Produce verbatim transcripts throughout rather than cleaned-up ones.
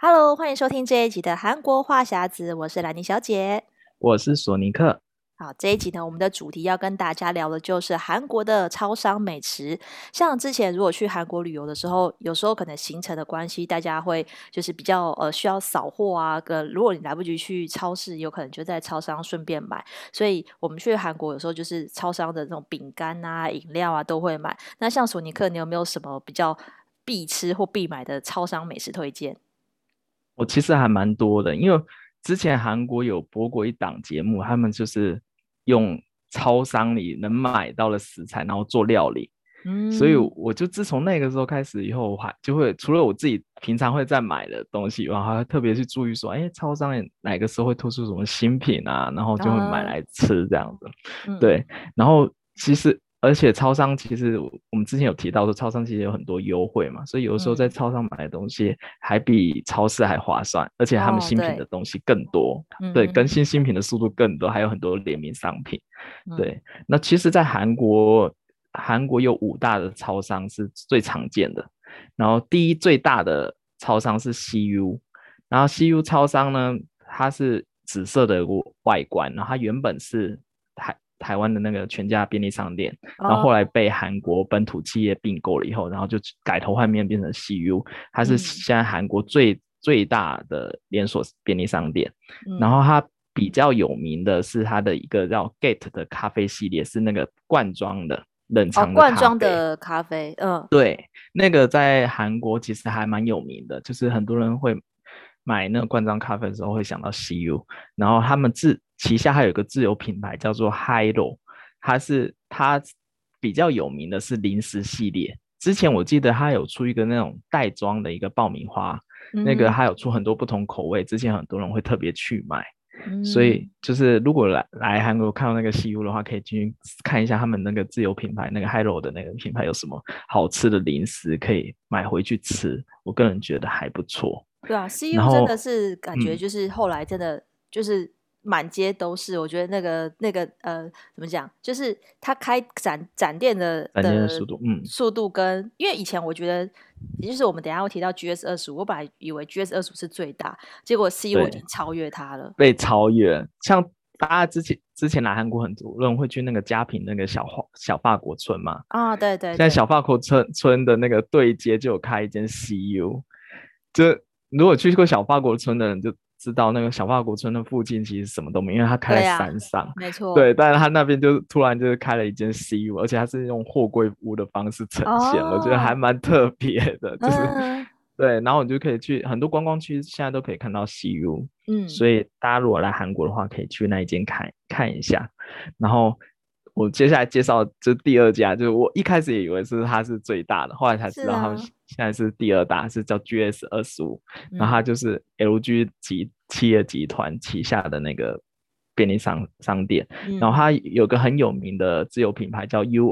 Hello，欢迎收听这一集的韩国话匣子，我是兰妮小姐。 我是索尼克。 好，这一集呢，我们的主题要跟大家聊的就是韩国的超商美食。像之前如果去韩国旅游的时候，有时候可能行程的关系，大家会就是比较呃需要扫货啊，个如果你来不及去超市，有可能就在超商顺便买。所以我们去韩国有时候就是超商的这种饼干啊、饮料啊都会买。那像索尼克，你有没有什么比较必吃或必买的超商美食推荐？ 我其实还蛮多的，因为之前韩国有播过一档节目，他们就是用超商里能买到的食材，然后做料理。所以嗯， 我就自从那个时候开始以后，我还就会除了我自己平常会在买的东西以外，还会特别去注意说，哎，超商里哪个时候会推出什么新品啊，然后就会买啊， 来吃这样子。 嗯对，然后其实而且超商其实我们之前有提到说，超商其实有很多优惠嘛，所以有的时候在嗯， 超商买的东西还比超市还划算，而且他们哦， 新品的对， 东西更多。对，更嗯哼， 新新品的速度更多，还有很多联名商品。 嗯， 对，那其实，在韩国，韩国有五大的超商是最常见的。然后第一最大的超商是 C U，然后 C U 超商呢，它是紫色的外观，然后它原本是台台湾的那个全家便利商店，然后后来哦， 被韩国本土企业并购了以后，然后就改头换面变成 C U，它是嗯现在韩国最最大的连锁便利商店。然嗯， 后它比较有名的是它的一个叫 Gate 的咖啡系列，是那个罐装的冷哦， 藏的罐咖啡。 装的咖啡，嗯那个在韩国其实还蛮有名的，就是很多人会买那个罐装咖啡的时候会想到 C U，然后他们自旗下还有一个自有品牌叫做 Hilo，它是它比较有名的是零食系列。之前我记得它有出一个那种袋装的一个爆米花，那个嗯哼， 它有出很多不同口味，之前很多人会特别去买。所以嗯， 就是如果来来韩国看到那个 C U 的话，可以进去看一下他们那个自有品牌那个 Hello 的那个品牌有什么好吃的零食可以买回去吃。我个人觉得还不错。 对啊，C U 真的然后， 是感觉嗯， 就是后来真的就是满街都是，我觉得那个那个呃，怎么讲，就是他开展展店的展现的的速度，嗯， 速度跟，因为以前我觉得，也就是我们等一下会提到 G S 二十五，我本来以为 G S 二十五是最大，结果 C U 已对， 经超越它了。 被超越。像大家之前之前来韩国，很多人会去那个嘉平那个小花小法国村嘛， 啊，对对现在对， 小法国村村的那个对街就有开一间 C U。就如果去过小法国村的人就知道，那个小法国村的附近其实什么都没有，因为它开在对呀， 山上。 没错。 对，但是它那边就突然就是开了一间 C U，而且它是用货柜屋的方式呈现，我觉得还哦， 蛮特别的。就是嗯对，然后你就可以去很多观光区，现在都可以看到 C U。 嗯所以大家如果来韩国的话，可以去那一间看看一下。然后我接下来介绍这第二家，就是我一开始也以为是它是最大的，后来才知道他们是啊， 现在是第二大，是叫 G S 二十五。然后它嗯就是 L G 集企业集团旗下的那个便利商商店。然后嗯它有个很有名的自有品牌叫 U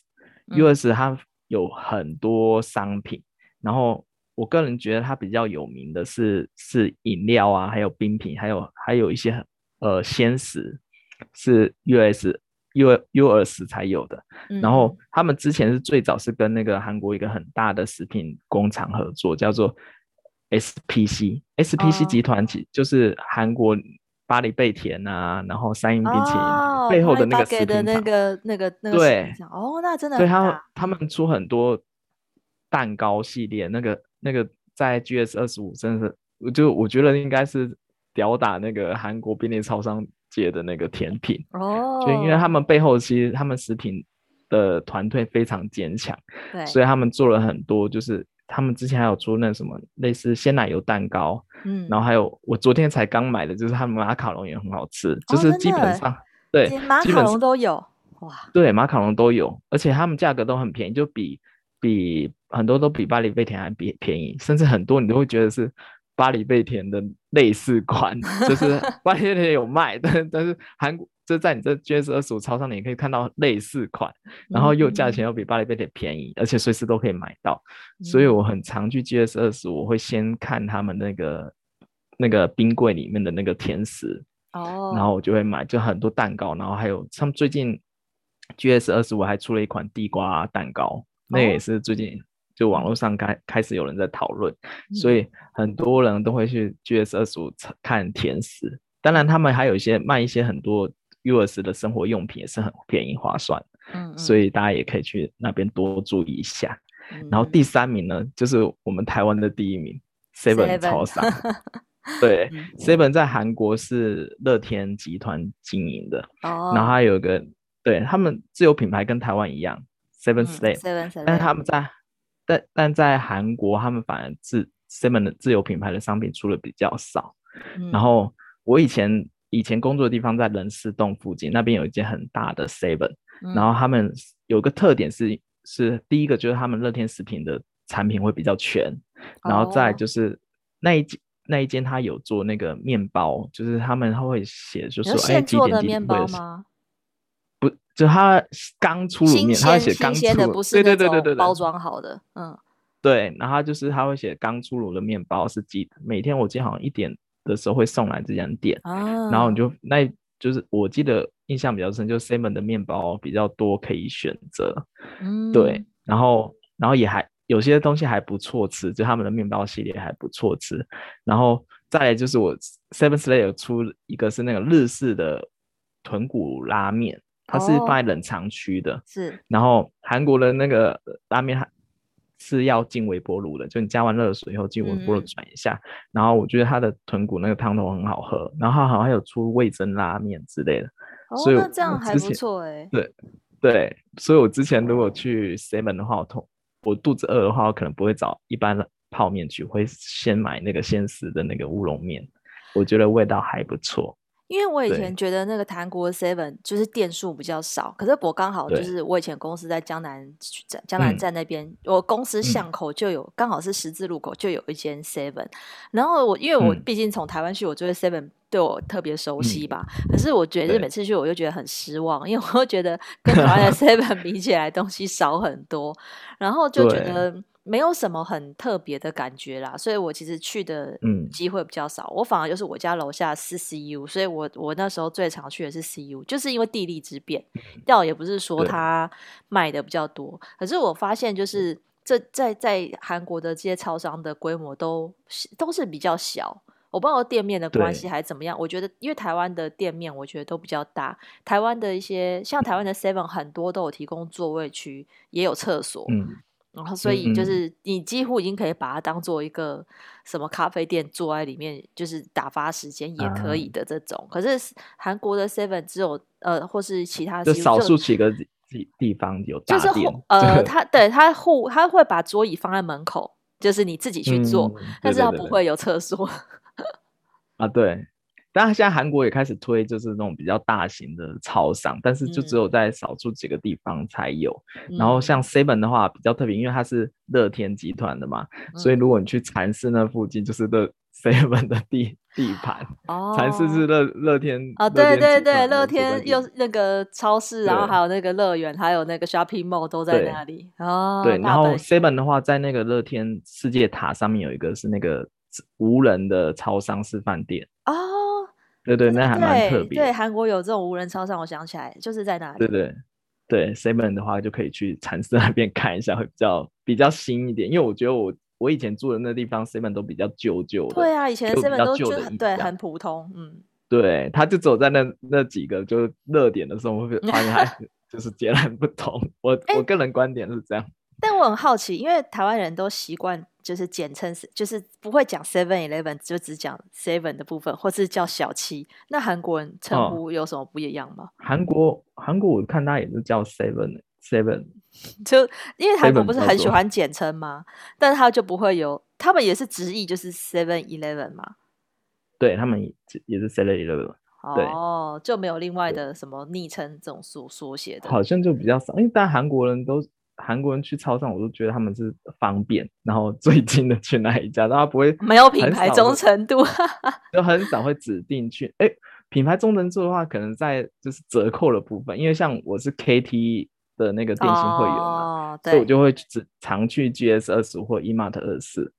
S，U 嗯 S 它有很多商品。然后我个人觉得它比较有名的是是饮料啊，还有冰品，还有还有一些呃鲜食是 U S U U 二十才有的。然后嗯嗯， 他们之前是最早是跟那个韩国一个很大的食品工厂合作，叫做 S P C。S P C 集哦团其就是韩国巴黎贝甜啊，然后三英冰淇淋哦， 背后巴黎的那个巴给的食品厂。 那个那个那个食品对， 上，哦，那真的所以很大， 他他嗯， 们出很多蛋糕系列，那个那个在 G S 二十五真的是，我就我觉得应该是吊打那个韩国便利超商界的那个甜品。就因为他哦， 们背后其实他们食品的团队非常坚强， 对， 所以他们做了很多，就是他们之前还有出那什么类似鲜奶油蛋糕。然嗯， 后还有我昨天才刚买的，就是他们马卡龙也很好吃，就哦， 是真的， 基本上对， 连马卡基本上龙都有，哇， 对，马卡龙都有，而且他们价格都很便宜，就比比很多都比巴黎贝甜还比便宜，甚至很多你都会觉得是巴黎贝甜的类似款。就是巴黎贝甜有卖，但但是韩国就在你这 G S 二十五超商，你可以看到类似款，然后又价钱嗯又比巴黎贝甜便宜，而且随时都可以买到。所以我嗯， 很常去 G S 二十五，我会先看他们那个那个冰柜里面的那个甜食，然后哦， 我就会买，就很多蛋糕。然后还有他们最近 G S 二十五还出了一款地瓜蛋糕，那个也哦， 是最近就网络上开开始有人在讨论， 嗯所以很多人都会去 G S 二十五看甜食。当然，他们还有一些卖一些很多 U S 的生活用品，也是很便宜划算， 嗯嗯， 所以大家也可以去那边多注意一下。然后嗯第三名呢，就是我们台湾的第一名 Seven 超 ，seven， 商。对嗯， ，Seven 在韩国是乐天集团经营的，然后哦， 它有一个，对，他们自有品牌跟台湾一样，Seven 嗯 Slave， ，seven 但是 seven， 他们在但但在韩国，他们反而自 Seven 的自有品牌的商品出的比较少。然嗯后我以前以前工作的地方在仁寺洞附近，那边有一间很大的 Seven，然嗯， 后他们有个特点是是第一个就是他们乐天食品的产品会比较全，然后再哦， 就是那一间那一间他有做那个面包，就是他们会写就你说说哎现做的几点几点面会有， 包吗？ 就他刚出炉面，他会新鲜写新鲜的， 刚出炉， 不是对对对对那种对对包装好的，嗯， 对，然后他就是他会写刚出炉的面包是几，每天我记得好像一点的时候会送来这家店，然后你啊， 就那就是我记得印象比较深，就是 Seven 的面包比较多可以选择，对， 嗯， 然后然后也还有些东西还不错吃，就他们的面包系列还不错吃，然后再来就是我 Seven Slay 有出一个是那个日式的豚骨拉面，它是放在哦， 冷藏区的， 是， 然后韩国的那个拉面是要进微波炉的，就你加完热水以后进微波炉嗯嗯， 转一下，然后我觉得它的豚骨那个汤头很好喝，然后它好像还有出味噌拉面之类的， 哦， 所以那这样还不我之前错哎， 对对，所以我之前如果去 Seven 的话，我通我肚子饿的话，我可能不会找一般的泡面去，我会先买那个鲜食的那个乌龙面，我觉得味道还不错。 因为我以前对觉得那个韩国 Seven 就是店数比较少，可是我刚好就对， 是我以前公司在江南站江南嗯站那边，我公司嗯巷口就有，刚好是十字路口就有一间 Seven，然后我因为我嗯毕竟从台湾去，我觉得 Seven 对我特别熟悉嗯， 吧，可是我觉得每对， 次去我就觉得很失望，因为我会觉得跟台湾的 Seven 比起来东西少很多，然后就觉对， 得没有什么很特别的感觉啦，所以我其实去的嗯机会比较少。我反而就是我家楼下是 C U，所以我我那时候最常去的是 C U，就是因为地利之便。倒也不是说对它卖的比较多，可是我发现就是这在在韩国的这些超商的规模都都是比较小。我不知道店面的关系对， 还是怎么样，我觉得因为台湾的店面我觉得都比较大，台湾的一些像台湾的 Seven 很多都有提供座位区，也有厕所， 嗯然后所以就嗯嗯， 是你几乎已经可以把它当做一个什么咖啡店坐在里面，就是打发时间也可以啊， 的这种。可是韩国的 Seven 只有呃或是其他就 C U 少就数几个地地方有就是大店， 户这呃， 个他对他户他会把桌椅放在门口，就是你自己去坐， 嗯， 但是他对对对对。 不会有厕所。 啊，对，当然现在韩国也开始推，就是那种比较大型的超商，但是就只有嗯在少数几个地方才有。然后像嗯 Seven 的话比较特别，因为它是乐天集团的嘛，所以嗯， 如果你去蚕室那附近，就是乐 Seven 的地地盘。蚕室是哦。 乐乐天啊， 乐天对对对，乐集团的所在天又地， 是那个超市，然后还对有那个乐园，还有那个 shopping mall 都在对那里。哦， 对。然后大本营。 Seven 的话，在那个乐天世界塔上面有一个是那个无人的超商示范店， 哦， 对对， 对对那还蛮特对对， 别。 韩国有这种无人超商，我想起来，就是在那里。 对对对，Seven 的话就可以去蚕丝那边看一下，会比较比较新一点。因为我觉得我我以前住的那地方 Seven 都比较旧旧的， 对啊，以前的就比 seven 较旧的都就很对， 印象。 很普通。嗯， 对，他就走在那那几个就是热点的时候，会发现它就是截然不同。我哎， 我个人观点是这样。 但我很好奇，因为台湾人都习惯就是简称，就是不会讲 Seven Eleven，就只讲 Seven 的部分，或是叫小七。那韩国人称哦， 呼有什么不一样吗？ 韩国韩国我看他也是叫 Seven Seven 就因为韩国 Seven 不是比较多。 很喜欢简称吗？但是他就不会有，他们也是直译，就是 Seven Eleven 嘛。 对他们也也是 Seven Eleven。对。 哦，就没有另外的什么昵称这种缩缩写的。 好像就比较少，因为但韩国人都韩国人去超商，我都觉得他们是方便，然后最近的去哪一家，然后不会没有品牌很少的， 忠诚度。 就很少会指定去。哎，品牌忠诚度的话，可能在就是折扣的部分，因为像我是 K T 的那个电信会员嘛， 哦， 所以我对， 就会只常去 G S 二十五或 E-Mart 二十四，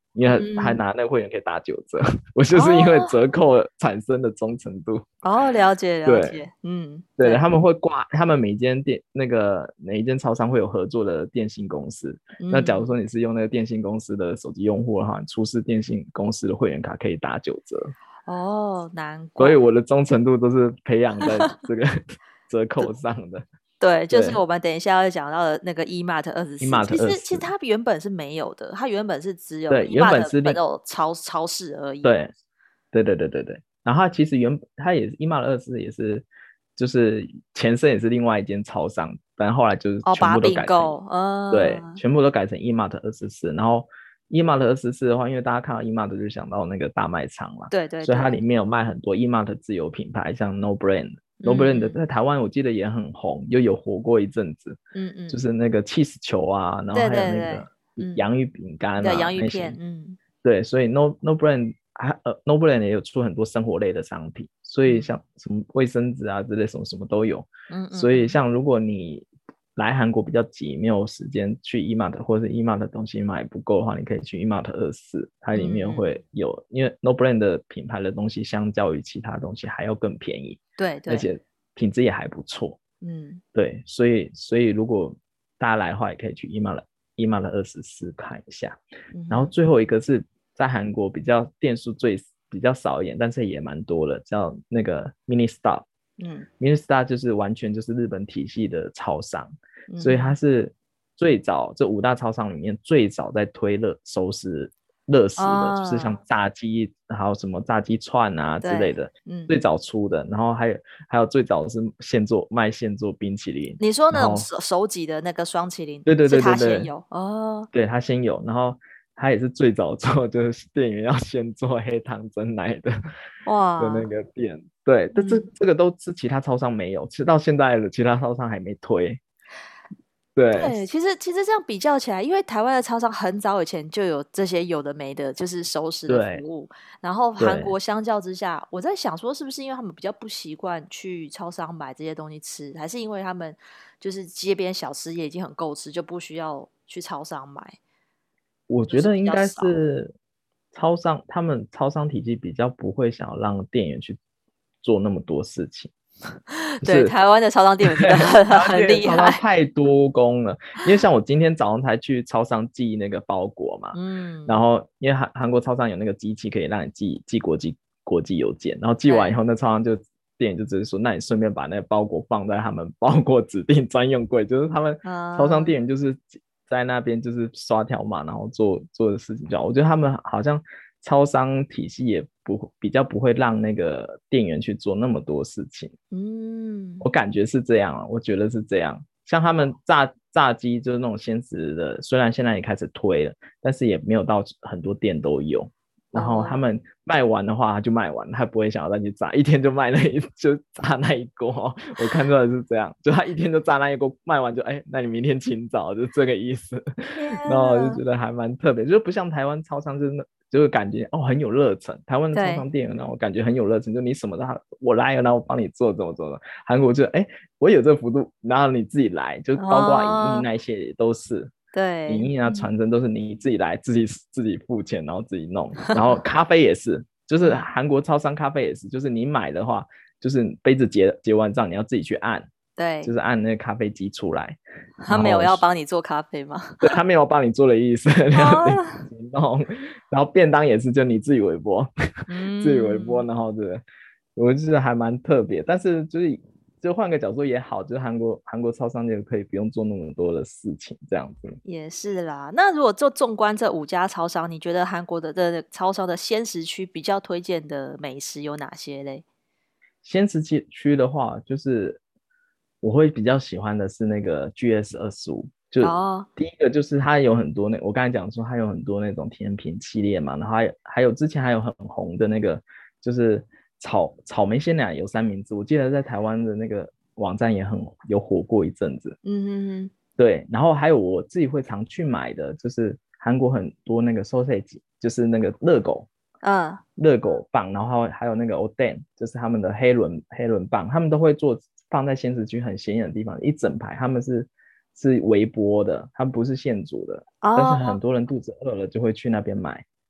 因为还嗯， 拿那个会员可以打九折，我就是因为哦折扣产生的忠诚度。 哦，了解了对解，嗯， 对， 对， 他们会挂，他们每间店那个每一间超商会有合作的电信公司。那假如嗯， 说你是用那个电信公司的手机用户的话，你出示电信公司的会员卡可以打九折。 哦，难怪， 所以我的忠诚度都是培养在这个折扣上的。 对，就是对我们等一下要讲到的那个 E-Mart 二十四， ，E-Mart 其实其实二十四， 它原本是没有的，它原本是只有对，原本 E-Mart 是另本有超超市而已。 对对对对对对。然后它其实原它也是 E-Mart 二十四也是，就是前身也是另外一间超商，但后来就是哦， 全把它部都改成， 并购， 对， 嗯， 全部都改成 E-Mart 二十四。然后 E-Mart 二十四的话，因为大家看到 E-Mart 就想到那个大卖场嘛， 对对对， 所以它里面有卖很多 E-Mart 自有品牌，像 No Brand。No 嗯 Brand 嗯在台湾我记得也很红，又有火过一阵子， 嗯嗯， 就是那个 cheese 球啊，然后对还有那个对对，嗯， 洋芋饼干对， 啊洋芋片， 那些。 嗯对，所以 No No Brand 还呃 No Brand 也有出很多生活类的商品，所以嗯像什么卫生纸啊之类什么什么都有。 嗯嗯所以嗯像如果你来韩国比较急，没有时间去 E-Mart 或者是 E-Mart 的东西买不够的话，你可以去 E-Mart 二十四，它里面嗯嗯， 会有，因为 No Brand 的品牌的东西相较于其他东西还要更便宜， 对对， 而且品质也还不错。 嗯对，所以所以如果大家来的话，也可以去 E-Mart E-Mart 二十四看一下。然后嗯哼， 最后一个是在韩国比较店数最比较少一点，但是也蛮多的，叫那个 Mini Star。 嗯 Mini Star 就是完全就是日本体系的超商，所以它嗯哼， 是最早这五大超商里面最早在推热熟食热食的，就是像啊， 炸鸡，还有什么炸鸡串啊之类对， 的， 嗯。 最早出的。然后还有还有最早是现做卖现做冰淇淋， 你说那种然后手手挤的那个双麒麟， 对对是对对对他先有哦， 对，他先有，然后他也是最早做，就是店员要先做黑糖蒸奶的的那哇， 个店。对，但这嗯， 这个都是其他超商没有，其实到现在的其他超商还没推。对对，其实其实这样比较起来，因为台湾的超商很早以前就有这些有的没的，就是熟食的服对务，然后韩对， 国相较之下，我在想说，是不是因为他们比较不习惯去超商买这些东西吃，还是因为他们就是街边小吃也已经很够吃，就不需要去超商买， 我觉就是比得应该较少。 是超商，他们超商体系比较不会想要让店员去做那么多事情， 对， 就是台湾的超商店员真的很台湾很店员超商厉害， 太多工了。因为像我今天早上才去超商寄那个包裹嘛，然嗯， 后因为韩韩国超商有那个机器可以让你寄寄国际国际邮件，然后寄完以对， 后，那超商就店员就只是说，那你顺便把那个包裹放在他们包裹指定专用柜，就是他们超商嗯。 店员就是在那边就是刷条码，然后做做的事情就好。我觉得他们好像超商体系也不比较不会让那个店员去做那么多事情。 嗯， 我感觉是这样啊，我觉得是这样。像他们炸炸鸡就是那种鲜食的，虽然现在也开始推了，但是也没有到很多店都有。然后他哦， 们卖完的话就卖完，他不会想要再去炸，一天就卖那一就炸那一锅。我看到的是这样，就他一天就炸那一锅，卖完就哎，那你明天请早，就这个意思。 天然后我就呐， 觉得还蛮特别，就不像台湾超商，就是那就是感觉哦很有热忱。台湾的超对， 商店员呢，我感觉很有热忱，就你什么都我来了，然后我帮你做怎么怎么。韩国就哎，我有这幅度，然后你自己来，就包括影印哦， 那些也都是。影对， 印啊、 嗯传真都是你自己来，自己自己付钱，然后自己弄。然后咖啡也是，就是嗯， 韩国超商咖啡也是，就是你买的话，就是杯子结结完账，你要自己去按，就对， 是按那个咖啡机出来。 他没有然后要帮你做咖啡吗？ 对他没有帮你做的意思，你要自己啊， 弄。然后便当也是，就你自己微波，自己微波， 嗯， 然后对，我觉得还蛮特别。但是就是就换个角度也好，就是韩国韩国超商就可以不用做那么多的事情，这样子。 也是啦。那如果做纵观这五家超商，你觉得韩国的这超商的鲜食区比较推荐的美食有哪些嘞？ 鲜食区区的话，就是我会比较喜欢的是那个 G S 二十五。就哦， 第一个就是它有很多那我刚才讲说它有很多那种甜品系列嘛，然后还有还有之前还有很红的那个就是草草莓鲜奶油三明治，我记得在台湾的那个网站也很有火过一阵子。 嗯哼哼， 对，然后还有我自己会常去买的，就是韩国很多那个 sausage，就是那个热狗， 嗯， 热狗棒，然后还有那个 oden，就是他们的黑轮黑轮棒，他们都会做放在鲜食区很显眼的地方，一整排，他们是是微波的，他们不是现煮的，但是很哦， 多人肚子饿了就会去那边买。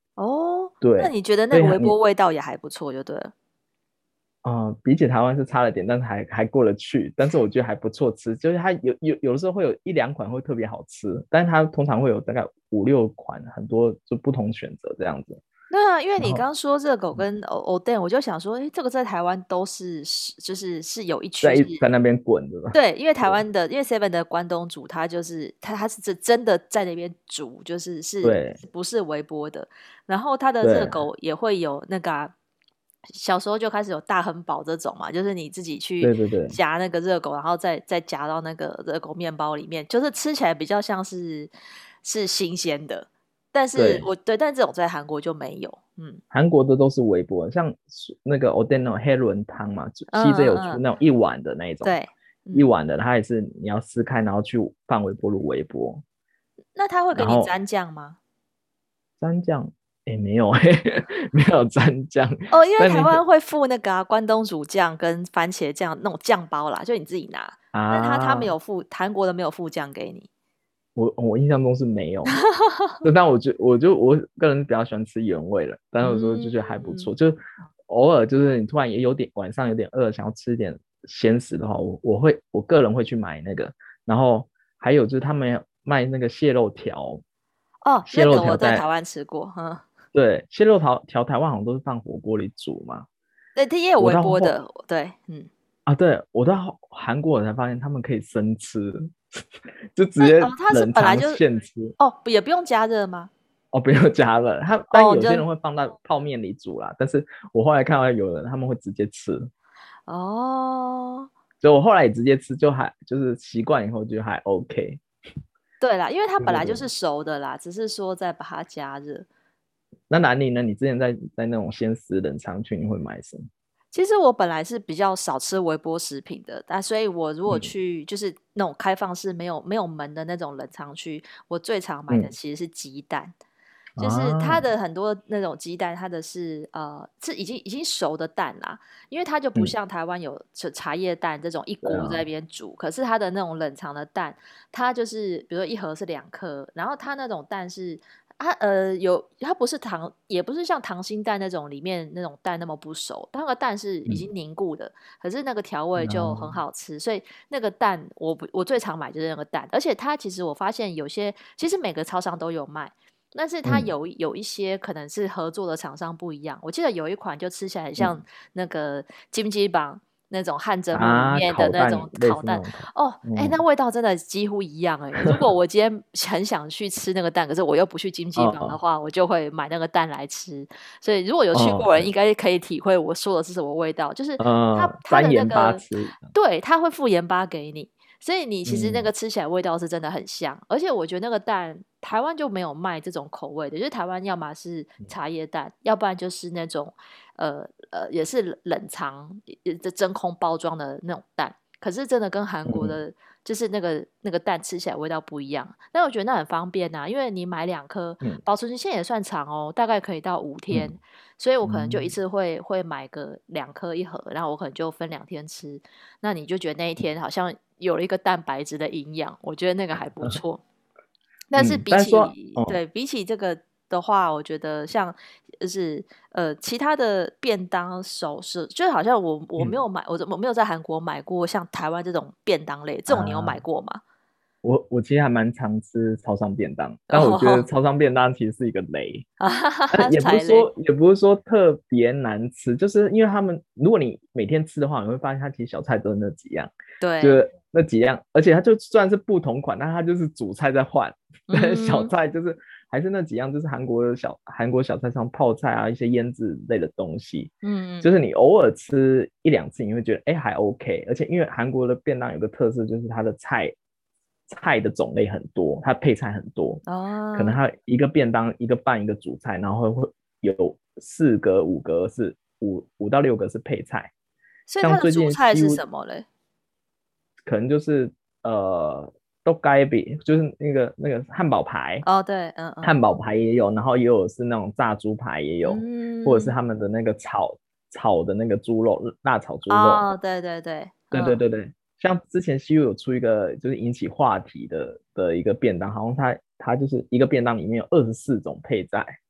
哦，那对， 你觉得那个微所以你波味道也还不错，就对了。 呃，比起台湾是差了点，但是还还过得去，但是我觉得还不错吃，就是它有有有的时候会有一两款会特别好吃，但是它通常会有大概五六款，很多就不同选择这样子。 对啊，因为然后你刚说热狗跟 o o d 我就想说，诶，这个在台湾都是是就是是有一区是， 在在那边滚的吧。 对，因为台对湾的，因为 Seven 的关东煮，它就是它它是真真的在那边煮，就是是对不是微波的。然后它的热对狗也会有那个啊小时候就开始有大亨堡这种嘛，就是你自己去对对对夹那个热狗，然后再再夹到那个热狗面包里面，就是吃起来比较像是是新鲜的。但是对， 我对，但这种在韩国就没有，嗯韩国的都是微波，像那个 Odeno 黑轮汤嘛嗯 ，C J 有嗯嗯， 出那种一碗的那一种， 对，嗯， 一碗的它也是你要撕开，然后去放微波炉微波， 那他会给然后你沾酱吗？ 蘸酱也没有嘿，没有蘸酱， 哦，因为但你可台湾会附那个啊，关东煮酱跟番茄酱那种酱包啦，就你自己拿。但他他没啊， 有附，韩国的没有附酱给你。 我我印象中是没有，就但我就我就我个人比较喜欢吃原味了，但是有时候就觉得还不嗯， 错，就偶尔就是你突然也有点晚上有点饿，想要吃一点鲜食的话，我我会我个人会去买那个，然后还有就是他们卖那个蟹肉条， 哦， 蟹那肉条在个我在台湾吃过，嗯， 对蟹肉条条台湾好像都是放火锅里煮嘛， 对，它也有我微到后波的，对，嗯， 啊对我到韩国我才发现他们可以生吃，就直那哦， 接它是冷藏本来就现吃。 哦，也不用加热吗？ 哦，不用加了，他但哦，你就有些人会放到泡面里煮啦，但是我后来看到有人他们会直接吃， 哦， 所以我后来也直接吃，就还就是习惯以后就还 OK。 对啦，因为它对对对， 本来就是熟的啦，只是说再把它加热。 那南宁呢？你之前在在那种鲜食冷藏区，你会买什么？ 其实我本来是比较少吃微波食品的，但所以我如果嗯去就是那种开放式没有没有门的那种冷藏区，我最常买的嗯其实是鸡蛋，就是它啊的很多那种鸡蛋，它的是呃是已经已经熟的蛋啦，因为它就不嗯， 像台湾有茶茶叶蛋这种一对啊， 锅在那边煮，可是它的那种冷藏的蛋，它就是比如说一盒是两颗，然后它那种蛋是它呃有它不是溏，也不是像溏心蛋那种里面那种蛋那么不熟，它那个蛋是已嗯经凝固的，可是那个调味就很啊好吃，所以那个蛋我不我最常买就是那个蛋，而且它其实我发现有些其实每个超商都有卖。但是它嗯有有一些可能是合作的厂商不一样，我记得有一款就吃起来很像嗯那个金鸡榜那种汗蒸木里啊， 面的烤蛋那种类似那烤蛋， 种烤， 哦，哎，那嗯味道真的几乎一样哎。如果我今天很想去吃那个蛋，可是我又不去金鸡榜的哦话，我就会买那个蛋来吃。所以如果有去哦， 过的人，应对， 该可以体会我说的是什么味道，就是它呃， 它的沾盐巴那个， 吃， 对，它会附盐巴给你。所以你其实那个嗯吃起来味道是真的很像，而且我觉得那个蛋台湾就没有卖这种口味的，就是台湾要么是茶叶蛋，要不然就是那种呃呃也是冷冷藏呃这真空包装的那种蛋。可是真的跟韩国嗯的，就是那个那个蛋吃起来味道不一样。但我觉得那很方便呐、因为你买两颗， 嗯保存期限也算长哦，大概可以到五天。 嗯所以我可能就一嗯。 次会会买个两颗一盒，然后我可能就分两天吃。那你就觉得那一天好像有了一个蛋白质的营养，我觉得那个还不错。但是嗯， 比但是说， 起哦， 对比起这个的话，我觉得像就是呃其他的便当首饰，就好像我我没嗯有买，我我没有在韩国买过像台湾这种便当类，这种你有买啊， 过吗？ 我我其实还蛮常吃超商便当，但我觉得哦， 超商便当其实是一个雷， 啊哈哈呃， 哈， 也不踩雷是说也不是说特别难吃，就是因为他们如果你每天吃的话，你会发现它其实小菜都是那几样，就对， 是那几样，而且它就算是不同款，但它就是主菜在换，但是小嗯菜就是还是那几样，就是韩国的小韩国小菜上泡菜啊，一些腌制类的东西， 嗯嗯就是你偶尔吃一两次，你会觉得哎还 OK，而且因为韩国的便当有个特色，就是它的菜菜的种类很多，它配菜很多，可能哦， 它一个便当一个饭一个主菜，然后会有四格五格是五五到六个是配菜， 所以它的像最主菜是近西屋什么嘞？ 可能就是呃都该比就是那个那个汉堡排， 哦，对，嗯嗯汉堡排也有，然后也有是那种炸猪排也有，或者是嗯， 他们的那个炒炒的那个猪肉辣炒猪肉， 哦，对对对， 对对嗯。 对对，像之前西柚有出一个就是引起话题的的一个便当，好像它它就是一个便当里面有二十四种配菜，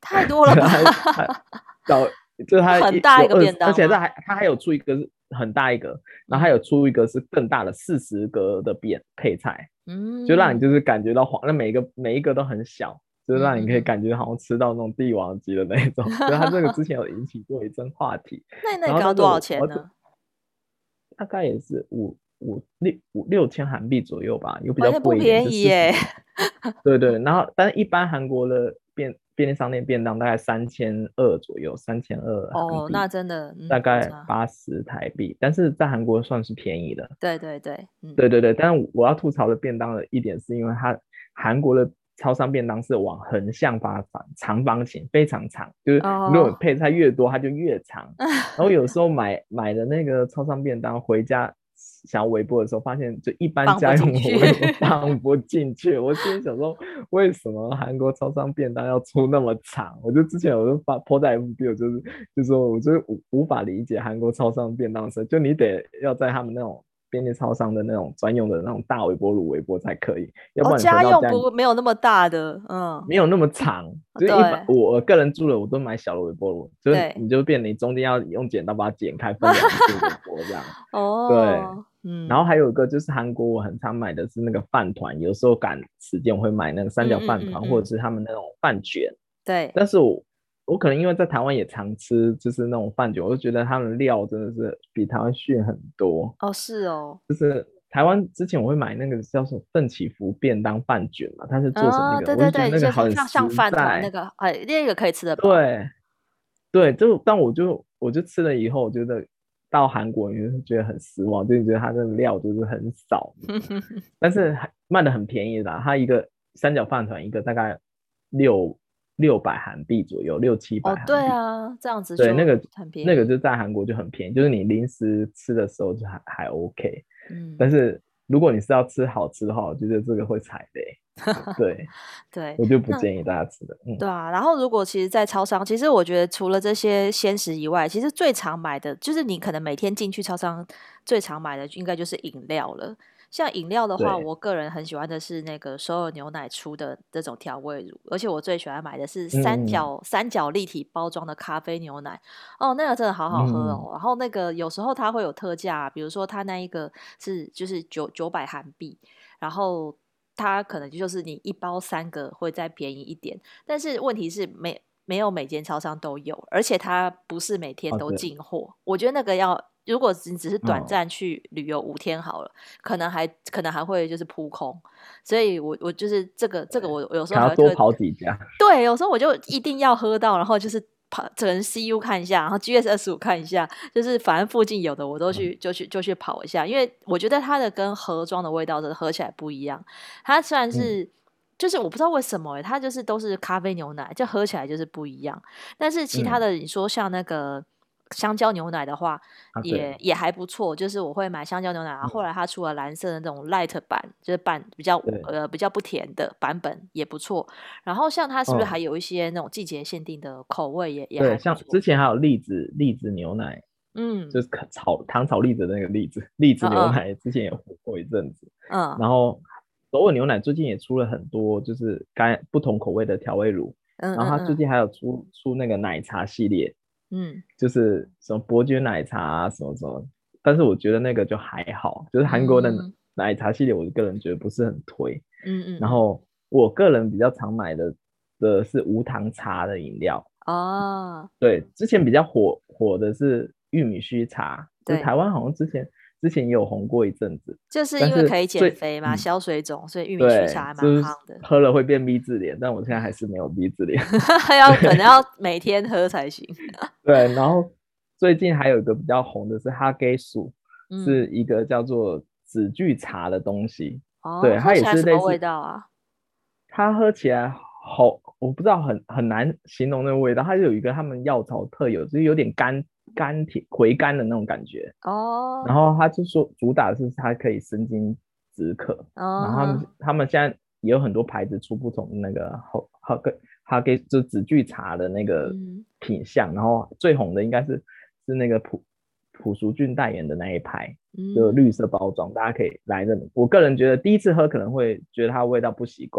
太多了吧？ 早就是它很大一个有便当吗， 而且它还它还有出一个是很大一个，然后还有出一个是更大的四十个的便配菜， 嗯， 就让你就是感觉到黄，那每一个每一个都很小，就是让你可以嗯感觉好像吃到那种帝王级的那种。所以它这个之前有引起过一阵话题， 那那然后个要多少那个我我钱呢？ 大概也是五五六五六千韩币左右吧，有比完较贵一点， 全不便就四十。 宜耶。 对对，然后但是一般韩国的便便利商店便当大概三千二左右，三千二韩哦，那币， 真的，嗯， 大概有差。 八十台币，但是在韩国算是便宜的。 对对对，嗯， 对对对，但是我要吐槽的便当的一点是因为它韩国的超商便当是往横向发展，长方形非常长，就是如果哦， 配菜越多，它就越长。然后有时候买买的那个超商便当回家想要微波的时候，发现就一般放不家用的进去。 微波放不进去。我心里想说，为什么韩国超商便当要出那么长？我就之前我就发 po 在 F B，我就是就说我就无无法理解韩国超商便当是，就你得要在他们那种便利超商的那种专用的那种大微波炉微波才可以，要哦， 不然你回家用到家不没有那么大的，嗯， 没有那么长，就是一般对我个人住的我都买小的微波炉，就是对， 你就变你中间要用剪刀把它剪开，分两次微波这样。对， 哦，嗯然后还有一个就是韩国我很常买的是那个饭团，有时候赶时间我会买那个三角嗯嗯饭团，或者嗯嗯， 是他们那种饭卷。 对， 但是我我可能因为在台湾也常吃，就是那种饭卷，我就觉得他们料真的是比台湾逊很多。 哦是哦， 就是台湾之前我会买那个叫什么奋起福便当饭卷嘛，它是做成那啊， 个，我就对对对， 觉得那个就是很实像像饭团那在。 个，哎，那个可以吃得饱。 对对，就但我就我就吃了以后，我觉得到韩国你就觉得很失望，就觉得它的料就是很少，但是还卖的很便宜啦，它一个三角饭团一个大概六六百韩币左右，六七哦， 百韩币。 对啊，这样子对，那就个很便宜。 那个就在韩国就很便宜，就是你临时吃的时候就还还 OK， 嗯， 但是如果你是要吃好吃的话，我觉得这个会踩雷。对， 对， 我就不那建议大家吃的。嗯， 对啊，然后如果其实，在超商，其实我觉得除了这些鲜食以外，其实最常买的就是你可能每天进去超商最常买的，应该就是饮料了。像饮料的话， 对， 我个人很喜欢的是那个首尔牛奶出的这种调味乳，而且我最喜欢买的是三嗯角三角立体包装的咖啡牛奶。哦，那个真的好好喝嗯， 哦。然后那个有时候它会有特价，比如说它那一个是就是九九百韩币，然后它可能就是你一包三个会再便宜一点。但是问题是没没有每间超商都有，而且它不是每天哦对， 都进货。我觉得那个要，如果只只是短哦， 暂去旅游五天好了，可能还可能还会就是扑空。所以我我就是这个这个我我有时候还要多还会特跑几家。 对，有时候我就一定要喝到，然后就是跑，可能 C U 看一下，然后 G S 二十五看一下，就是反正附近有的我都嗯去就去就去跑一下，因为我觉得它的跟盒装的味道真的喝起来不一样。它虽然嗯， 是就是我不知道为什么、欸，它就是都是咖啡牛奶，就喝起来就是不一样。但是其他嗯， 的你说像那个香蕉牛奶的话， 啊对， 也也还不错。就是我会买香蕉牛奶，然后后嗯来它出了蓝色的那种 light 版，就是版比较对， 呃比较不甜的版本也不错。然后像它是不是还嗯有一些那种季节限定的口味也也还对， 不错？ 像之前还有栗子栗子牛奶，就嗯是可炒糖炒栗子的那个栗子栗子嗯嗯牛奶，之前也火过一阵子。 嗯然后首尔牛奶最近也出了很多就是该不同口味的调味乳，然后它最嗯嗯嗯近还有出出那个奶茶系列， 嗯就是什么伯爵奶茶啊什么什么，但是我觉得那个就还好，就是韩国的嗯奶茶系列，我个人觉得不是很推。 嗯嗯嗯， 然后我个人比较常买的的是无糖茶的饮料， 哦， 对，之前比较火火的是玉米须茶，就是对， 台湾好像之前之前也有红过一阵子， 就是但因为可以减是最肥嘛， 嗯消水肿，所以玉米须茶对， 还蛮就是夯的。 喝了会变 V 字脸，但我现在还嗯， 是没有 V 字脸。 要可能对要每天喝才行。 对，然后最近还有一个比较红的是哈给薯， 嗯， 是一个叫做紫苣茶的东西， 哦， 对，它也喝起来什么是类似， 味道啊？ 它喝起来好，我不知道很很难形容那个味道，它有一个他们药草特有，就是有点甘甘甜回甘的那种感觉。然哦， 后他就说主打的是它可以生津止渴，然后他们嗯哼， 他们现在也有很多牌子出不同的那个哈哈给哈给就紫苣茶的那个嗯品相，然后最红的应该是是那个朴朴淑俊代言的那一排，就嗯绿色包装，大家可以来这里。我个人觉得第一次喝可能会觉得它味道不习惯，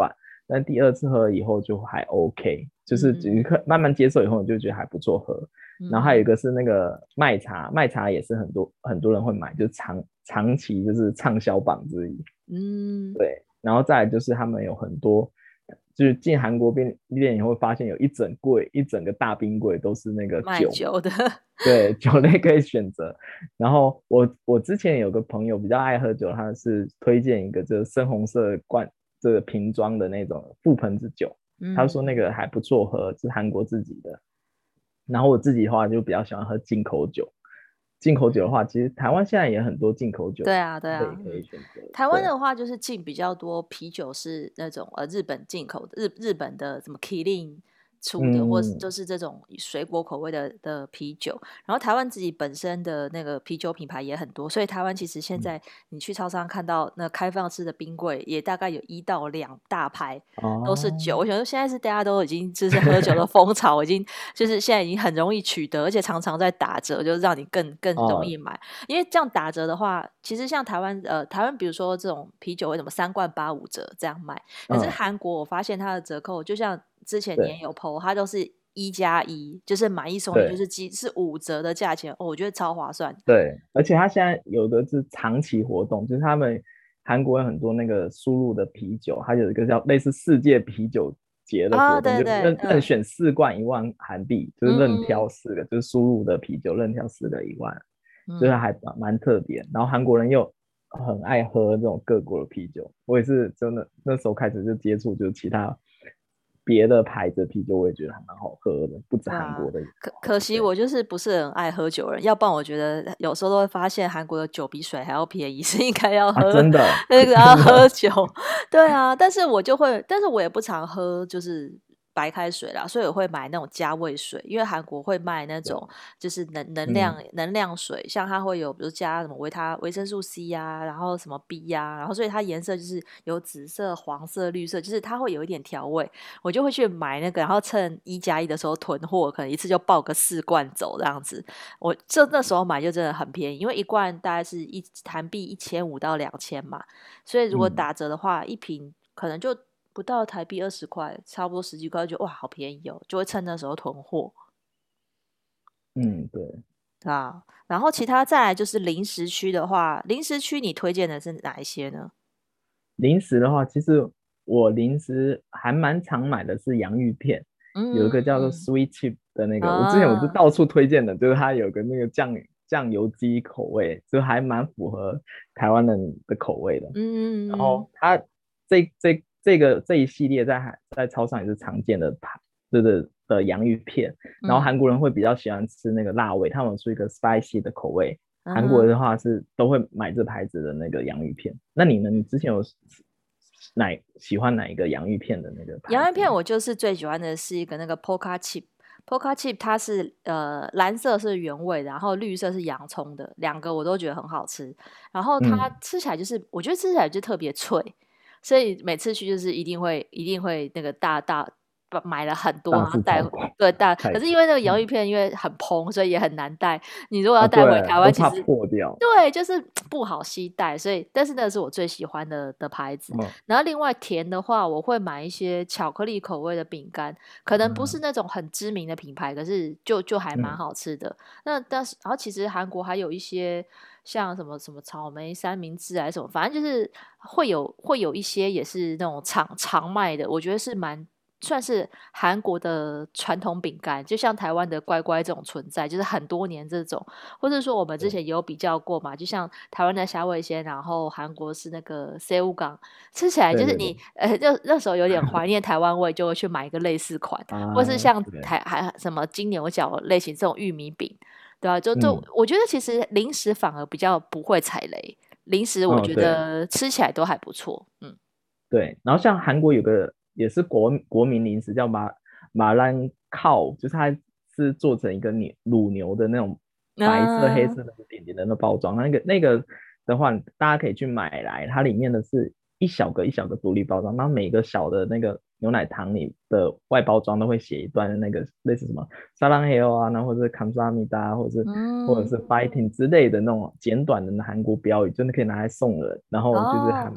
但第二次喝以后就还 OK， 就是你嗯慢慢接受以后，你就觉得还不错喝。然后还有一嗯个是那个麦茶，麦茶也是很多很多人会买，就长长期就是畅销榜之一。 嗯， 对，然后再来就是他们有很多，就是进韩国便利店以后会发现有一整柜一整个大冰柜都是那个酒， 卖酒的， 对，酒类可以选择。然后我我之前有个朋友比较爱喝酒，他是推荐一个就是深红色罐这个瓶装的那种覆盆子酒，他说那嗯。 个还不错喝，是韩国自己的。然后我自己的话就比较喜欢喝进口酒，进口酒的话，其实台湾现在也很多进口酒对啊，对啊， 类可以嗯， 选择。 台湾对， 的话就是进比较多啤酒是那种呃日本进口的，日日本的什么 Kirin 出的，或是嗯， 就是这种水果口味的的啤酒。然后台湾自己本身的那个啤酒品牌也很多，所以台湾其实现嗯在你去超商看到那开放式的冰柜，也大概有一到两大排都是酒。 哦， 我想说现在是大家都已经就是喝酒的风潮，已经就是现在已经很容易取得，而且常常在打折，就让你更更容哦， 易买。因为这样打折的话，其实像台湾呃，台湾比如说这种啤酒为什么三罐八五折这样卖？可是嗯， 韩国我发现它的折扣，就像之前你也对有 P O，它都是一加一，就是买一送一，就对是几是五折的价钱哦，我觉得超划算。 对，而且他现在有的是长期活动，就是他们韩国有很多那个输入的啤酒，它有一个叫类似世界啤酒节的啊， 活动，就对对， 任任嗯选四罐一万韩币，就是任嗯嗯挑四个，就是输入的啤酒任挑四个一万，就是嗯， 还蛮蛮特别。然后韩国人又很爱喝这种各国的啤酒，我也是真的那时候开始就接触，就是其他别的牌子的啤酒，我也觉得还蛮好喝的，不止对啊， 韩国的也可好喝。 可惜对我就是不是很爱喝酒的人，要不然我觉得有时候都会发现韩国的酒比水还要便宜，是应该要啊， 喝真的那个要真的， 喝酒。对啊，但是我就会，但是我也不常喝，就是白开水啦，所以我会买那种加味水，因为韩国会卖那种对， 就是能能量嗯， 能量水，像它会有比如加什么维他维生素 C 呀、然后什么 B 呀、然后所以它颜色就是有紫色、黄色、绿色，就是它会有一点调味。我就会去买那个，然后趁一加一的时候囤货，可能一次就抱个四罐走这样子。我就那时候买就真的很便宜，因为一罐大概是一韩币一千五到两千嘛，所以如果嗯打折的话，一瓶可能就不到台币二十块，差不多十几块，就哇好便宜哦，就会趁那时候囤货， 嗯，对。 对吧？然后其他再来就是零食区的话，零食区你推荐的是哪一些呢？ 零食的话，其实我零食还蛮常买的是洋芋片，有一嗯个叫做嗯 Sweet Chip 的那个，我之前我是啊， 到处推荐的，就是它有个那个酱酱油鸡口味，就还蛮符合台湾人的口味的。然嗯嗯后它这这这个这一系列在海在超商也是常见的牌，对的的洋芋片。然后嗯韩国人会比较喜欢吃那个辣味，他们出一个 spicy 的口味。韩国嗯哼。 的话是都会买这牌子的那个洋芋片。那你呢？你之前有哪喜欢哪一个洋芋片的那个牌子吗？ 洋芋片我就是最喜欢的是一个那个 Poca Chip，Poca Chip 它是呃蓝色是原味的，然后绿色是洋葱的，两个我都觉得很好吃。然后它嗯， 吃起来就是我觉得吃起来就特别脆，所以每次去就是一定会一定会那个大大把买了很多， 大然后带回肆超购对带。 太子， 可是因为那个洋芋嗯片因为很蓬，所以也很难带。你如果要啊， 带回对， 台湾，其都怕实破掉。 对，就是不好携带，所以但是那个是我最喜欢的的牌子。 嗯然后另外甜的话，我会买一些巧克力口味的饼干，可能不是嗯那种很知名的品牌，可是就就还蛮嗯好吃的。那但是，然后其实韩国还有一些像什么什么草莓三明治啊什么，反正就是会有会有一些也是那种常常卖的，我觉得是蛮。算是韩国的传统饼干，就像台湾的乖乖这种存在，就是很多年这种，或者说我们之对前也有比较过嘛，就像台湾的虾味鲜，然后韩国是那个 C 五港，吃起来就是对对对你呃，就那时候有点怀念台湾味，就会去买一个类似款，或是啊， 像对， 台还什么金牛角类型这种玉米饼，对啊，就就嗯我觉得其实零食反而比较不会踩雷，零食我哦对觉得吃起来都还不错，嗯对。然后像韩国有个也是国国民零食叫马马兰靠，就是它是做成一个牛乳牛的那种白色黑啊色的点点的那包装，那个那个的话，大家可以去买来，它里面的是一小个一小个独立包装，然后每个小的那个牛奶糖里的外包装都会写一段那个类似什么撒浪嘿哦啊，然后或者是감사합니다，或者是或者嗯是 fighting 之类的那种简短的韩国标语，真的可以拿来送人，然后就是还哦。 蛮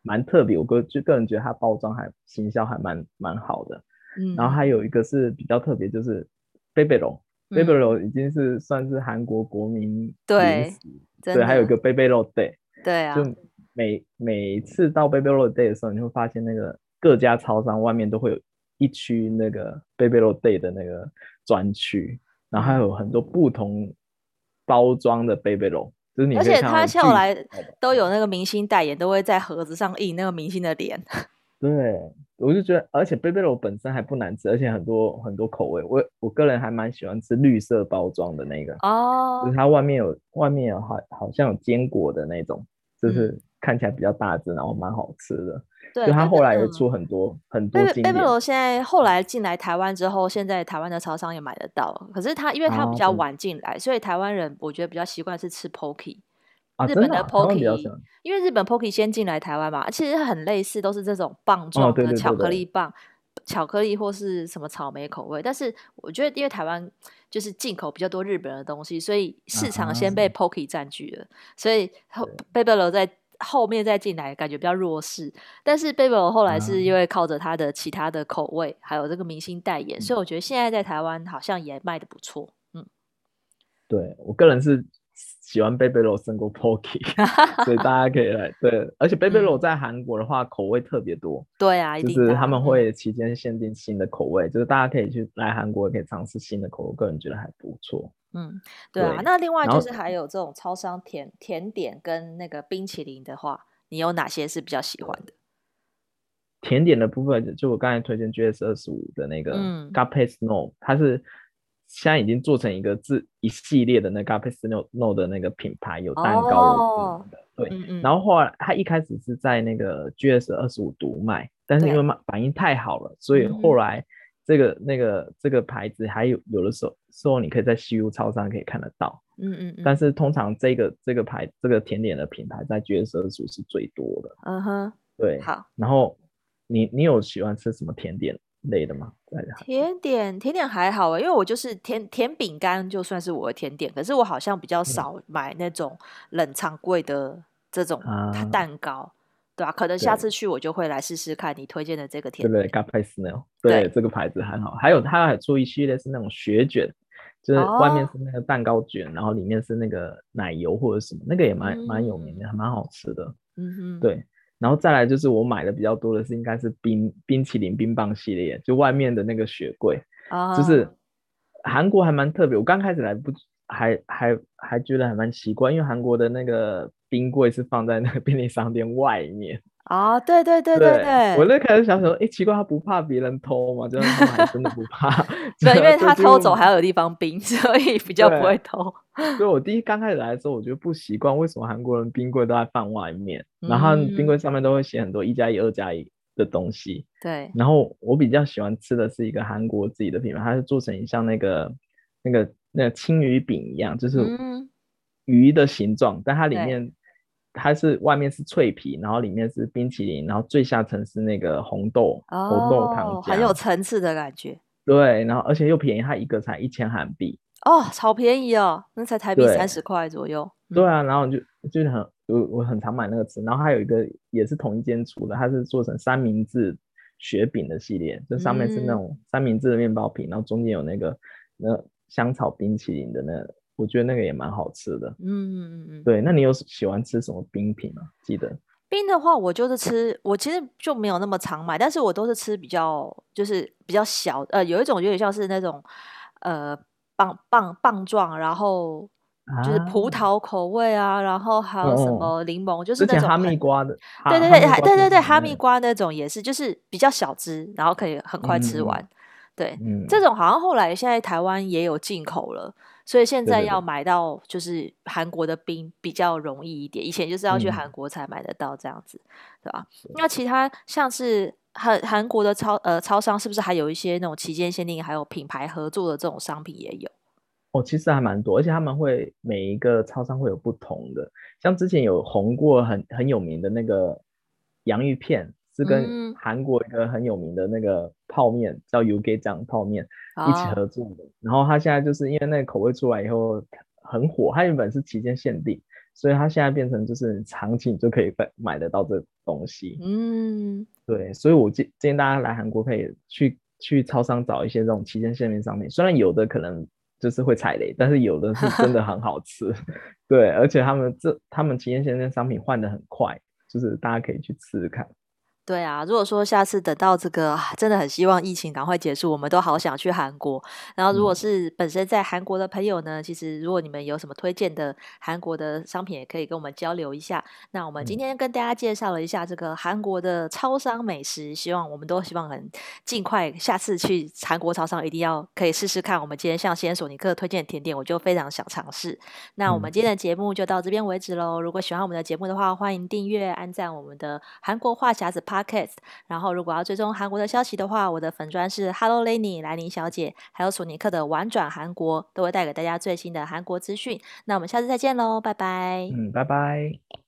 蛮特别，我个就个人觉得它包装还行销还蛮蛮好的。然后还嗯有一个是比较特别，就是贝贝龙，贝贝嗯， 龙已经是算是韩国国民零对， 食。对，还有一真的， 个贝贝肉 day，就对啊， 每每次到贝贝肉 day 的时候，你会发现那个各家超商外面都会有一区那个贝贝肉 day 的那个专区，然后还嗯。 有很多不同包装的贝贝肉，就是你可以而且看到巨小他后来的。 都有那个明星代言，都会在盒子上印那个明星的脸。 对，我就觉得，而且贝贝肉本身还不难吃，而且很多很多口味。我我个人还蛮喜欢吃绿色包装的那个，就是哦， 它外面有外面有好好像有坚果的那种，就嗯， 是看起来比较大只，然后蛮好吃的。就对，贝贝， 它后来也嗯， 出很多很贝贝贝多经典贝罗现在后来进来台湾之后，现在台湾的超商也买得到。可是他因为他比啊， 较真晚进来，所以台湾人我觉得比较习惯是吃 Pocky。 啊日本的真的啊，台湾比较喜 Pocky， 欢。 因为日本 Pocky 先进来台湾嘛，其实很类似，都是这种棒哦， 状对的巧克对对对， 力棒、巧克力或是什么草莓口味。但是我觉得，因为台湾就是进口比较多日本的东西，所以市场先被啊， Pocky 占据了，所以后对贝贝罗在后面再进来，感觉比较弱势。但是贝贝罗后来是因啊， 为靠着他的其他的口味，还有这个明星代言， 嗯。 所以我觉得现在在台湾好像也卖的不错。嗯， 对，我个人是喜欢贝贝肉胜过 Pocky，所以大家可以来对，而且贝贝肉嗯， 在韩国的话口味特别多， 对啊，一就是他定的啊，嗯。 们会期间限定新的口味，就是大家可以去来韩国可以尝试新的口味，我个人觉得还不错。 嗯，对啊， 对， 那另外然后就是还有这种超商甜甜点跟那个冰淇淋的话，你有哪些是比较喜欢的？ 甜点的部分，就我刚才推荐 G S 二十五的那个嗯， g a p e Snow，它是现在已经做成一个自一系列的那 g a p e Snow 的那个品牌，有蛋糕有甜哦， 的，对。 嗯嗯， 然后后来它一开始是在那个 G S 二十五独卖，但是因为对， 卖反应太好了，所以嗯哼， 后来这个那个这个牌子还有有的时候时候你可以在 C U 超商可以看得到， 嗯嗯嗯但是通常这个这个牌这个甜点的品牌在 G S 二十五是最多的。 嗯哼， 对， 好， 然后你你有喜欢吃什么甜点类的吗？在韩国？ 甜点甜点还好诶，因为我就是甜甜饼干就算是我的甜点，可是我好像比较嗯少买那种冷藏柜的这种啊， 蛋糕，对吧、可能下对次去我就会来试试看你推荐的这个对对甜点。 g a p a s n e l 对， 对， 这个牌子很好。还有它还出一系列是那种雪卷，就是外面哦， 是那个蛋糕卷，然后里面是那个奶油或者什么，那个也蛮蛮有名嗯的，还蛮好吃的。 嗯哼， 对，然后再来就是我买的比较多的是应该是冰冰淇淋冰棒系列，就外面的那个雪柜，就啊。 是韩国还蛮特别。我刚开始来不还还还觉得还蛮奇怪，因为韩国的那个冰柜是放在那个便利商店外面。 哦，对对对对对，我对， 就开始想想，哎，奇怪，他不怕别人偷吗？就是他们还真的不怕， 没有，因为就他偷几乎走还要有地方冰，所以比较不会对。 偷。 所以我第一刚开始来的时候，我觉得不习惯，为什么韩国人冰柜都在放外面，然后他们冰嗯， 柜上面都会写很多一加一、二加一的东西。 对， 然后我比较喜欢吃的是一个韩国自己的品牌，它是做成像那个那个那个青鱼饼一样，就是嗯， 鱼的形状，但它里对， 面它是外面是脆皮，然后里面是冰淇淋，然后最下层是那个红豆红豆糖哦，很有浆。 层次的感觉。 对，然后而且又便宜，它一个才一千韩币。 哦，超便宜哦，那才台币三对， 十块左右。嗯对啊，然后就就是很我我很常买那个吃，然后还有一个也是同一间出的，它是做成三明治雪饼的系列，就上面是那嗯种三明治的面包皮，然后中间有那个那香草冰淇淋的那个，我觉得那个也蛮好吃的。 嗯嗯嗯嗯。 对，那你有喜欢吃什么冰品吗？记得冰的话，我就是吃，我其实就没有那么常买，但是我都是吃比较，就是比较小，呃，有一种有点像是那种，呃，棒棒棒状，然后就是葡啊， 萄口味啊，然后还有什哦哦， 么柠檬，就是之前哈那种很， 密瓜的哈对对对， 哈密瓜甜还对对对，哈密点的那个， 瓜那种也是，就是比较小只，然后可以很快吃嗯完。对， 嗯嗯， 这种好像后来现在台湾也有进口了。所以现对对对， 在要买到就是韩国的冰比较容易一点，以前就是要去嗯。 韩国才买得到这样子，对吧？那其他像是韩韩国的超呃超商，是不是还有一些那种期间限定，还有品牌合作的这种商品也有？ 哦，其实还蛮多，而且他们会每一个超商会有不同的，像之前有红过很很有名的那个洋芋片，是跟嗯， 韩国一个很有名的那个泡面叫 y u g e j a n 泡面一起哦， 合作的。然后它现在就是因为那个口味出来以后很火，它原本是期间限定， 所以它现在变成就是长期你就可以买买得到这东西。 嗯， 对，所以我建建议大家来韩国可以去去超商找一些这种旗舰限定商品，虽然有的可能就是会踩雷，但是有的是真的很好吃。对，而且他们这他们旗舰限定商品换的很快，就是大家可以去吃吃看。 对啊，如果说下次等到这个啊真的很希望疫情赶快结束，我们都好想去韩国。然后，如果嗯是本身在韩国的朋友呢，其实如果你们有什么推荐的韩国的商品，也可以跟我们交流一下。那我们今嗯天跟大家介绍了一下这个韩国的超商美食，希望我们都希望很尽快，下次去韩国超商一定要可以试试看。我们今天像先索尼克推荐的甜点，我就非常想尝试。那我们嗯， 今天的节目就到这边为止喽。如果喜欢我们的节目的话，欢迎订阅、按赞我们的韩国话匣子 Podcast。然后，如果要追踪韩国的消息的话，我的粉专是 Hello Lenny 莱妮小姐，还有索尼克的玩转韩国，都会带给大家最新的韩国资讯。那我们下次再见喽，拜拜。 嗯，拜拜。